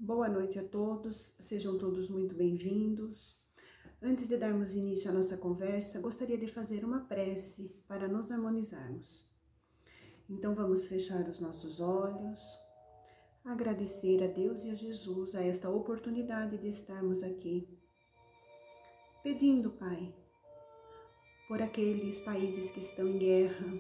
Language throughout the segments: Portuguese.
Boa noite a todos, sejam todos muito bem-vindos. Antes de darmos início à nossa conversa, gostaria de fazer uma prece para nos harmonizarmos. Então vamos fechar os nossos olhos, agradecer a Deus e a Jesus a esta oportunidade de estarmos aqui, pedindo, Pai, por aqueles países que estão em guerra,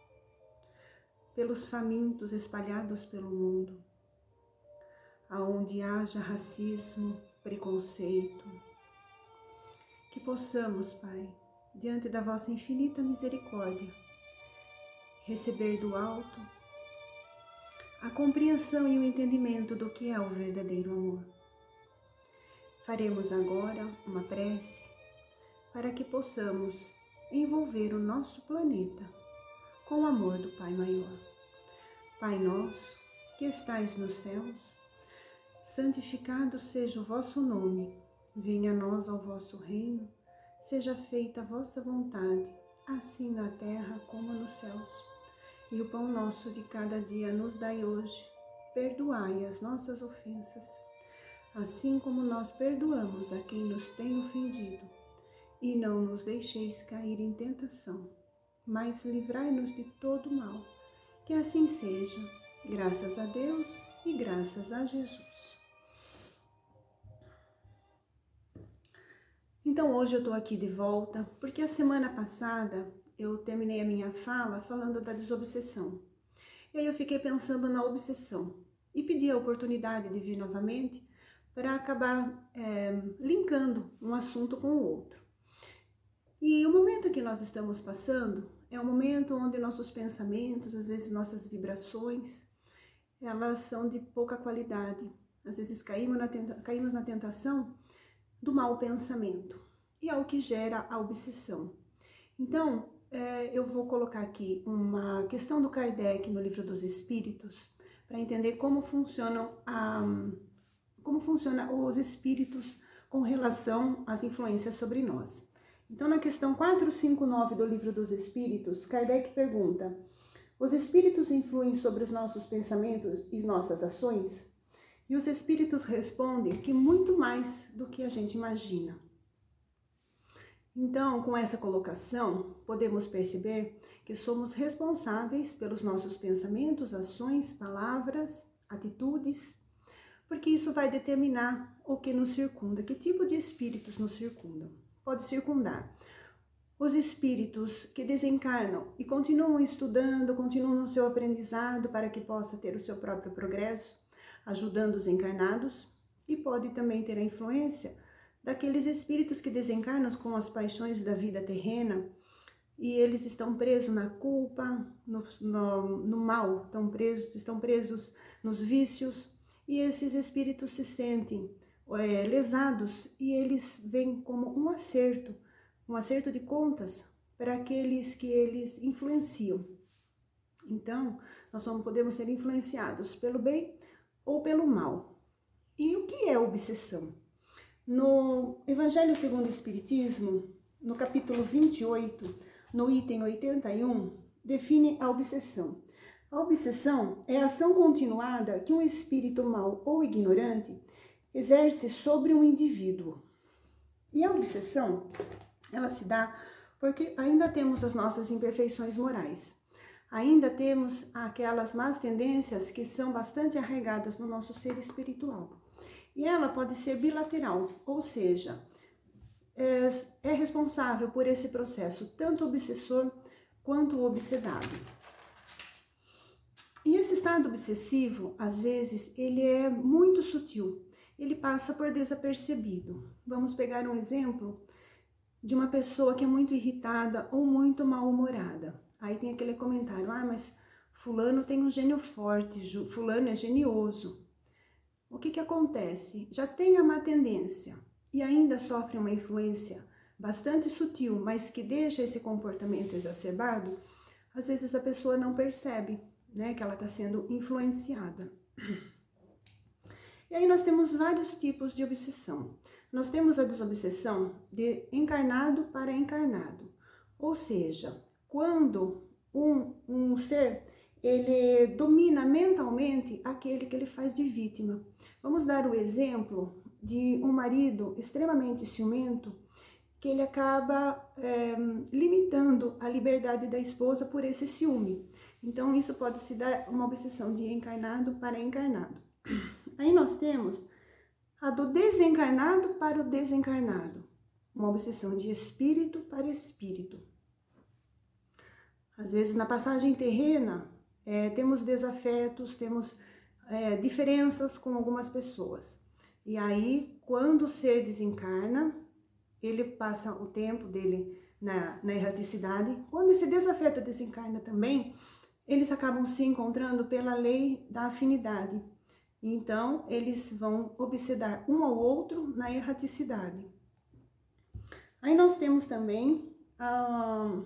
pelos famintos espalhados pelo mundo, aonde haja racismo, preconceito, que possamos, Pai, diante da vossa infinita misericórdia, receber do alto a compreensão e o entendimento do que é o verdadeiro amor. Faremos agora uma prece para que possamos envolver o nosso planeta com o amor do Pai Maior. Pai nosso, que estais nos céus, santificado seja o vosso nome, venha a nós ao vosso reino, seja feita a vossa vontade, assim na terra como nos céus. E o pão nosso de cada dia nos dai hoje, perdoai as nossas ofensas, assim como nós perdoamos a quem nos tem ofendido. E não nos deixeis cair em tentação, mas livrai-nos de todo mal. Que assim seja, graças a Deus e graças a Jesus. Então hoje eu estou aqui de volta, porque a semana passada eu terminei a minha fala falando da desobsessão. E aí eu fiquei pensando na obsessão e pedi a oportunidade de vir novamente para acabar linkando um assunto com o outro. E o momento que nós estamos passando é um momento onde nossos pensamentos, às vezes nossas vibrações, elas são de pouca qualidade. Às vezes caímos na tentação do mau pensamento, e é o que gera a obsessão. Então, eu vou colocar aqui uma questão do Kardec no Livro dos Espíritos, para entender como funcionam os espíritos com relação às influências sobre nós. Então, na questão 459 do Livro dos Espíritos, Kardec pergunta: os espíritos influem sobre os nossos pensamentos e nossas ações? E os espíritos respondem que muito mais do que a gente imagina. Então, com essa colocação, podemos perceber que somos responsáveis pelos nossos pensamentos, ações, palavras, atitudes, porque isso vai determinar o que nos circunda, que tipo de espíritos nos circundam. Pode circundar os espíritos que desencarnam e continuam estudando, continuam no seu aprendizado para que possa ter o seu próprio progresso, ajudando os encarnados, e pode também ter a influência daqueles espíritos que desencarnam com as paixões da vida terrena e eles estão presos na culpa, no mal, estão presos nos vícios, e esses espíritos se sentem lesados e eles veem como um acerto de contas para aqueles que eles influenciam. Então, nós só podemos ser influenciados pelo bem ou pelo mal. E o que é obsessão? No Evangelho segundo o Espiritismo, no capítulo 28, no item 81, define a obsessão. A obsessão é a ação continuada que um espírito mau ou ignorante exerce sobre um indivíduo. E a obsessão, ela se dá porque ainda temos as nossas imperfeições morais. Ainda temos aquelas más tendências que são bastante arraigadas no nosso ser espiritual. E ela pode ser bilateral, ou seja, é responsável por esse processo, tanto o obsessor quanto o obsedado. E esse estado obsessivo, às vezes, ele é muito sutil, ele passa por desapercebido. Vamos pegar um exemplo de uma pessoa que é muito irritada ou muito mal-humorada. Aí tem aquele comentário: mas fulano tem um gênio forte, fulano é genioso. O que acontece? Já tem a má tendência e ainda sofre uma influência bastante sutil, mas que deixa esse comportamento exacerbado. Às vezes a pessoa não percebe, que ela está sendo influenciada. E aí nós temos vários tipos de obsessão. Nós temos a desobsessão de encarnado para encarnado, ou seja, quando um ser ele domina mentalmente aquele que ele faz de vítima. Vamos dar o exemplo de um marido extremamente ciumento, que ele acaba limitando a liberdade da esposa por esse ciúme. Então, isso pode se dar uma obsessão de encarnado para encarnado. Aí nós temos a do desencarnado para o desencarnado, uma obsessão de espírito para espírito. Às vezes, na passagem terrena, temos desafetos, temos diferenças com algumas pessoas. E aí, quando o ser desencarna, ele passa o tempo dele na erraticidade. Quando esse desafeto desencarna também, eles acabam se encontrando pela lei da afinidade. Então, eles vão obsedar um ao outro na erraticidade. Aí nós temos também a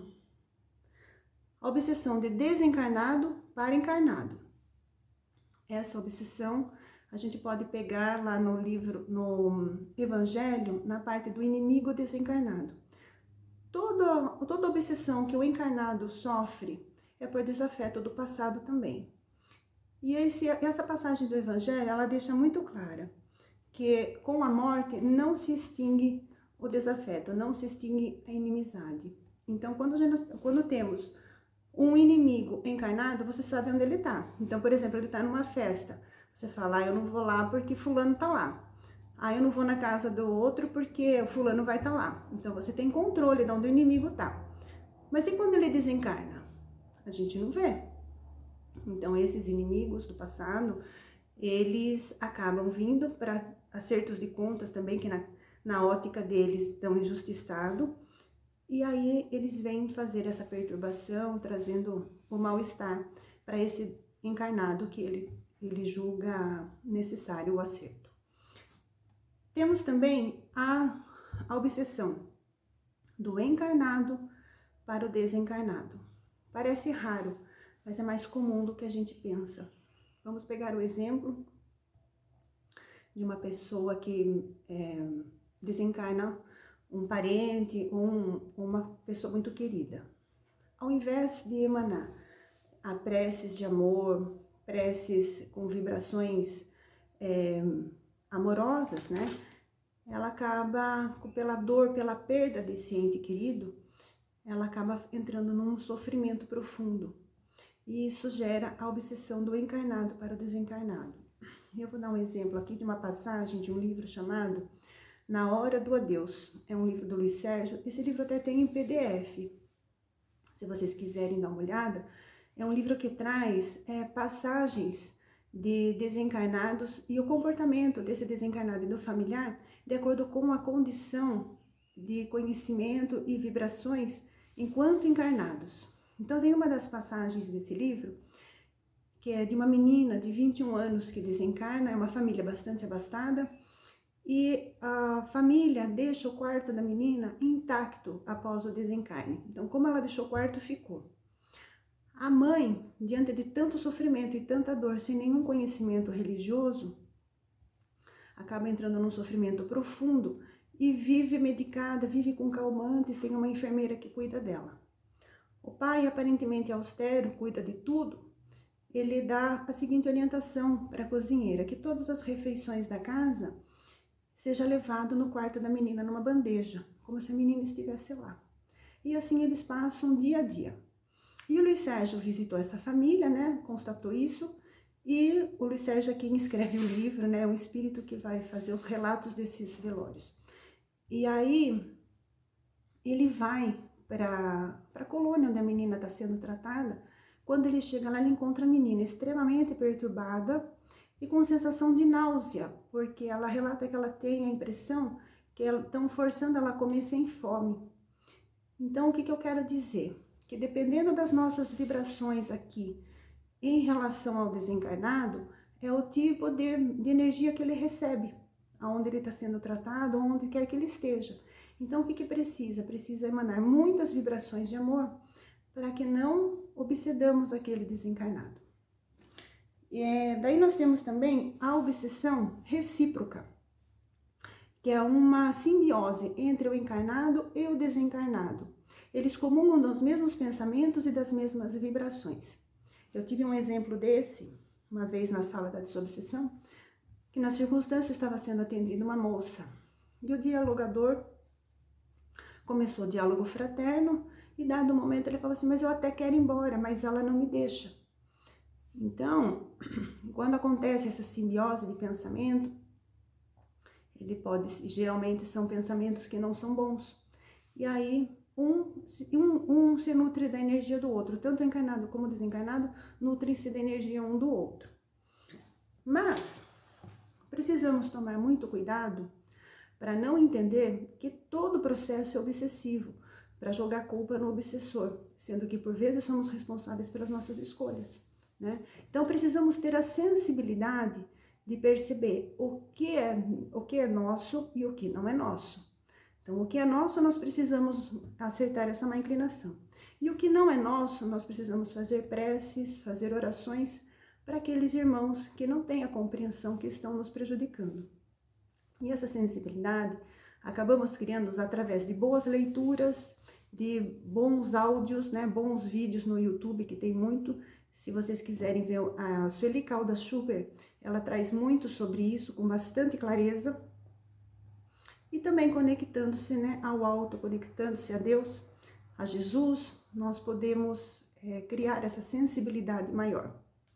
obsessão de desencarnado para encarnado. Essa obsessão a gente pode pegar lá no livro, no Evangelho, na parte do inimigo desencarnado. Toda obsessão que o encarnado sofre é por desafeto do passado também. E essa passagem do Evangelho, ela deixa muito clara que com a morte não se extingue o desafeto, não se extingue a inimizade. Então, quando temos um inimigo encarnado, você sabe onde ele está. Então, por exemplo, ele está numa festa. Você fala, eu não vou lá porque fulano está lá. Eu não vou na casa do outro porque o fulano vai estar lá. Então, você tem controle de onde o inimigo está. Mas e quando ele desencarna? A gente não vê. Então, esses inimigos do passado, eles acabam vindo para acertos de contas também, que na ótica deles estão injustiçados. E aí, eles vêm fazer essa perturbação, trazendo o mal-estar para esse encarnado que ele julga necessário o acerto. Temos também a obsessão do encarnado para o desencarnado. Parece raro, mas é mais comum do que a gente pensa. Vamos pegar o exemplo de uma pessoa que desencarna um parente ou uma pessoa muito querida. Ao invés de emanar a preces de amor, preces com vibrações amorosas, né? Ela acaba, pela dor, pela perda desse ente querido, ela acaba entrando num sofrimento profundo. E isso gera a obsessão do encarnado para o desencarnado. Eu vou dar um exemplo aqui de uma passagem de um livro chamado Na Hora do Adeus. É um livro do Luiz Sérgio. Esse livro até tem em PDF. Se vocês quiserem dar uma olhada, é um livro que traz passagens de desencarnados e o comportamento desse desencarnado e do familiar de acordo com a condição de conhecimento e vibrações enquanto encarnados. Então, tem uma das passagens desse livro que é de uma menina de 21 anos que desencarna, é uma família bastante abastada, e a família deixa o quarto da menina intacto após o desencarne. Então, como ela deixou o quarto, ficou. A mãe, diante de tanto sofrimento e tanta dor, sem nenhum conhecimento religioso, acaba entrando num sofrimento profundo e vive medicada, vive com calmantes, tem uma enfermeira que cuida dela. O pai, aparentemente austero, cuida de tudo. Ele dá a seguinte orientação para a cozinheira, que todas as refeições da casa seja levado no quarto da menina numa bandeja, como se a menina estivesse lá. E assim eles passam dia a dia. E o Luiz Sérgio visitou essa família, né, constatou isso, e o Luiz Sérgio é quem escreve o livro, né, o espírito que vai fazer os relatos desses velórios. E aí ele vai para a colônia onde a menina está sendo tratada. Quando ele chega lá, ele encontra a menina extremamente perturbada e com sensação de náusea, porque ela relata que ela tem a impressão que estão forçando ela a comer sem fome. Então, o que eu quero dizer? Que dependendo das nossas vibrações aqui em relação ao desencarnado, é o tipo de energia que ele recebe, aonde ele está sendo tratado, onde quer que ele esteja. Então, o que precisa? Precisa emanar muitas vibrações de amor para que não obsedamos aquele desencarnado. Daí nós temos também a obsessão recíproca, que é uma simbiose entre o encarnado e o desencarnado. Eles comungam dos mesmos pensamentos e das mesmas vibrações. Eu tive um exemplo desse, uma vez na sala da desobsessão, que na circunstância estava sendo atendida uma moça. E o dialogador começou o diálogo fraterno e, dado um momento, ele falou assim, mas eu até quero ir embora, mas ela não me deixa. Então, quando acontece essa simbiose de pensamento, geralmente são pensamentos que não são bons. E aí, um se nutre da energia do outro, tanto encarnado como desencarnado, nutrem-se da energia um do outro. Mas, precisamos tomar muito cuidado para não entender que todo processo é obsessivo, para jogar culpa no obsessor, sendo que por vezes somos responsáveis pelas nossas escolhas, né? Então precisamos ter a sensibilidade de perceber o que é nosso e o que não é nosso. Então o que é nosso nós precisamos acertar essa má inclinação. E o que não é nosso nós precisamos fazer preces, fazer orações para aqueles irmãos que não têm a compreensão, que estão nos prejudicando. E essa sensibilidade acabamos criando através de boas leituras, de bons áudios, né, bons vídeos no YouTube, que tem muito. Se vocês quiserem ver a Sueli Caldas Schubert, ela traz muito sobre isso, com bastante clareza. E também conectando-se, né, ao alto, conectando-se a Deus, a Jesus, nós podemos criar essa sensibilidade maior.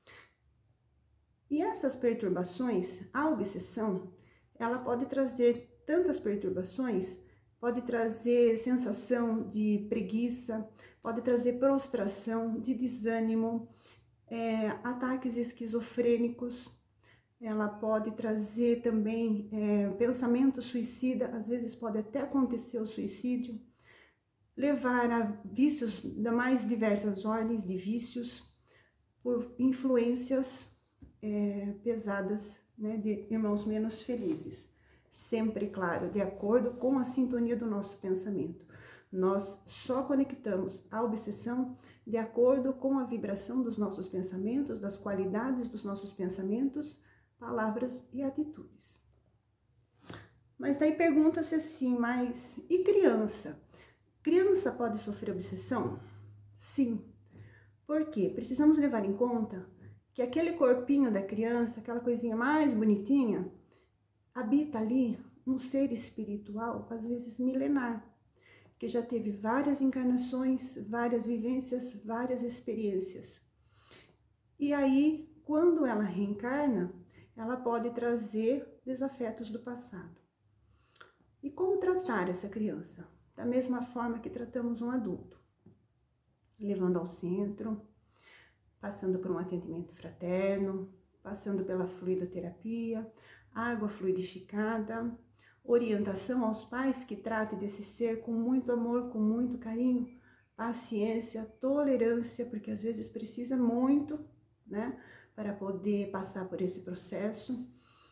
E essas perturbações, a obsessão, ela pode trazer tantas perturbações, pode trazer sensação de preguiça, pode trazer prostração, de desânimo, ataques esquizofrênicos, ela pode trazer também pensamento suicida, às vezes pode até acontecer o suicídio, levar a vícios da mais diversas ordens de vícios, por influências pesadas, né, de irmãos menos felizes. Sempre, claro, de acordo com a sintonia do nosso pensamento. Nós só conectamos a obsessão de acordo com a vibração dos nossos pensamentos, das qualidades dos nossos pensamentos, palavras e atitudes. Mas daí pergunta-se assim, mas e criança? Criança pode sofrer obsessão? Sim. Por quê? Precisamos levar em conta que aquele corpinho da criança, aquela coisinha mais bonitinha, habita ali um ser espiritual, às vezes milenar, que já teve várias encarnações, várias vivências, várias experiências. E aí, quando ela reencarna, ela pode trazer desafetos do passado. E como tratar essa criança? Da mesma forma que tratamos um adulto, levando ao centro, passando por um atendimento fraterno, passando pela fluidoterapia, água fluidificada, orientação aos pais que tratem desse ser com muito amor, com muito carinho, paciência, tolerância, porque às vezes precisa muito, né, para poder passar por esse processo.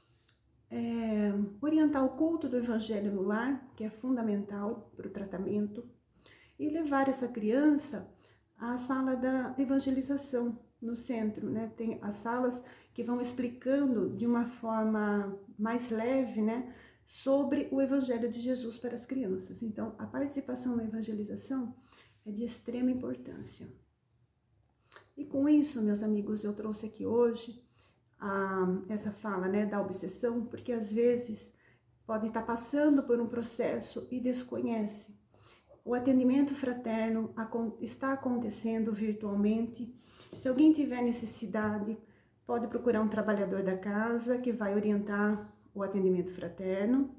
Orientar o culto do Evangelho no lar, que é fundamental para o tratamento, e levar essa criança à sala da evangelização no centro, né? Tem as salas que vão explicando de uma forma mais leve, né, sobre o Evangelho de Jesus para as crianças. Então, a participação na evangelização é de extrema importância. E com isso, meus amigos, eu trouxe aqui hoje essa fala, né, da obsessão, porque às vezes pode estar passando por um processo e desconhece. O atendimento fraterno está acontecendo virtualmente. Se alguém tiver necessidade, pode procurar um trabalhador da casa que vai orientar o atendimento fraterno.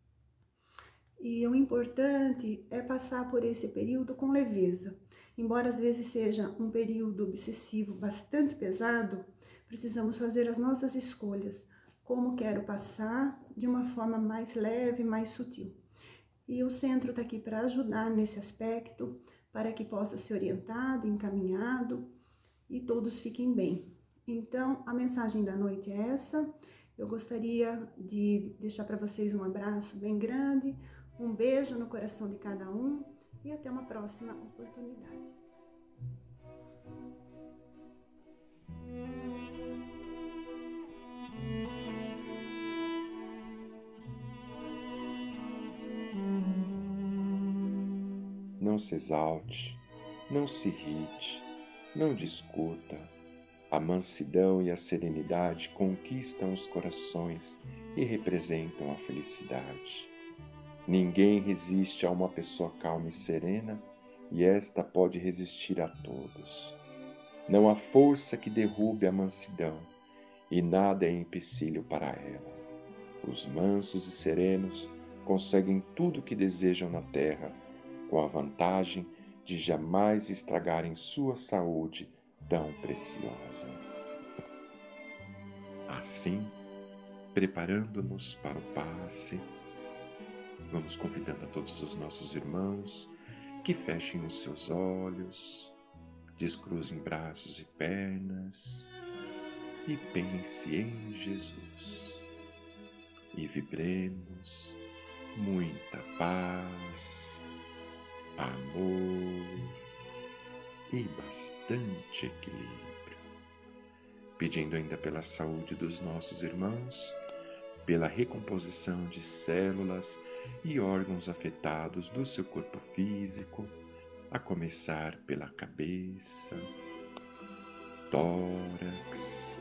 E o importante é passar por esse período com leveza. Embora às vezes seja um período obsessivo bastante pesado, precisamos fazer as nossas escolhas. Como quero passar de uma forma mais leve, mais sutil. E o centro está aqui para ajudar nesse aspecto, para que possa ser orientado, encaminhado e todos fiquem bem. Então, a mensagem da noite é essa. Eu gostaria de deixar para vocês um abraço bem grande, um beijo no coração de cada um e até uma próxima oportunidade. Não se exalte, não se irrite, não discuta, A mansidão e a serenidade conquistam os corações e representam a felicidade. Ninguém resiste a uma pessoa calma e serena, e esta pode resistir a todos. Não há força que derrube a mansidão, e nada é empecilho para ela. Os mansos e serenos conseguem tudo o que desejam na terra, com a vantagem de jamais estragarem sua saúde tão preciosa. Assim, preparando-nos para o passe, vamos convidando a todos os nossos irmãos que fechem os seus olhos, descruzem braços e pernas e pense em Jesus. E vibremos muita paz, amor e bastante equilíbrio. Pedindo ainda pela saúde dos nossos irmãos, pela recomposição de células e órgãos afetados do seu corpo físico, a começar pela cabeça, tórax,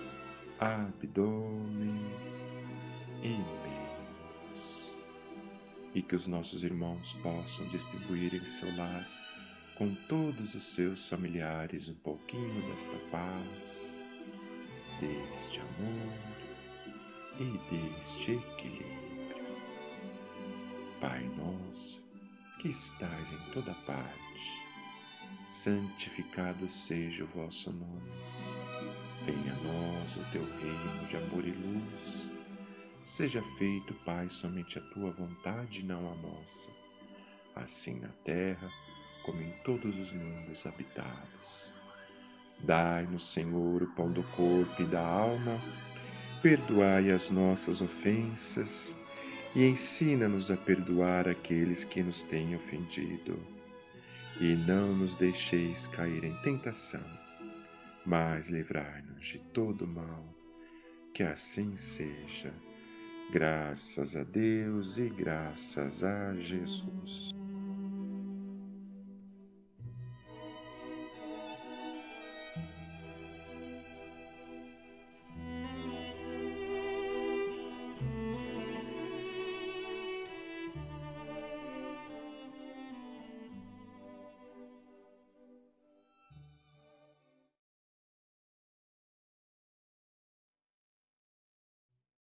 abdômen e meios. E que os nossos irmãos possam distribuir em seu lar, com todos os seus familiares, um pouquinho desta paz, deste amor e deste equilíbrio. Pai nosso, que estais em toda parte, santificado seja o vosso nome. Venha a nós o teu reino de amor e luz. Seja feito, Pai, somente a tua vontade, não a nossa, assim na terra como em todos os mundos habitados. Dai-nos, Senhor, o pão do corpo e da alma, perdoai as nossas ofensas e ensina-nos a perdoar aqueles que nos têm ofendido. E não nos deixeis cair em tentação, mas livrai-nos de todo mal. Que assim seja. Graças a Deus e graças a Jesus.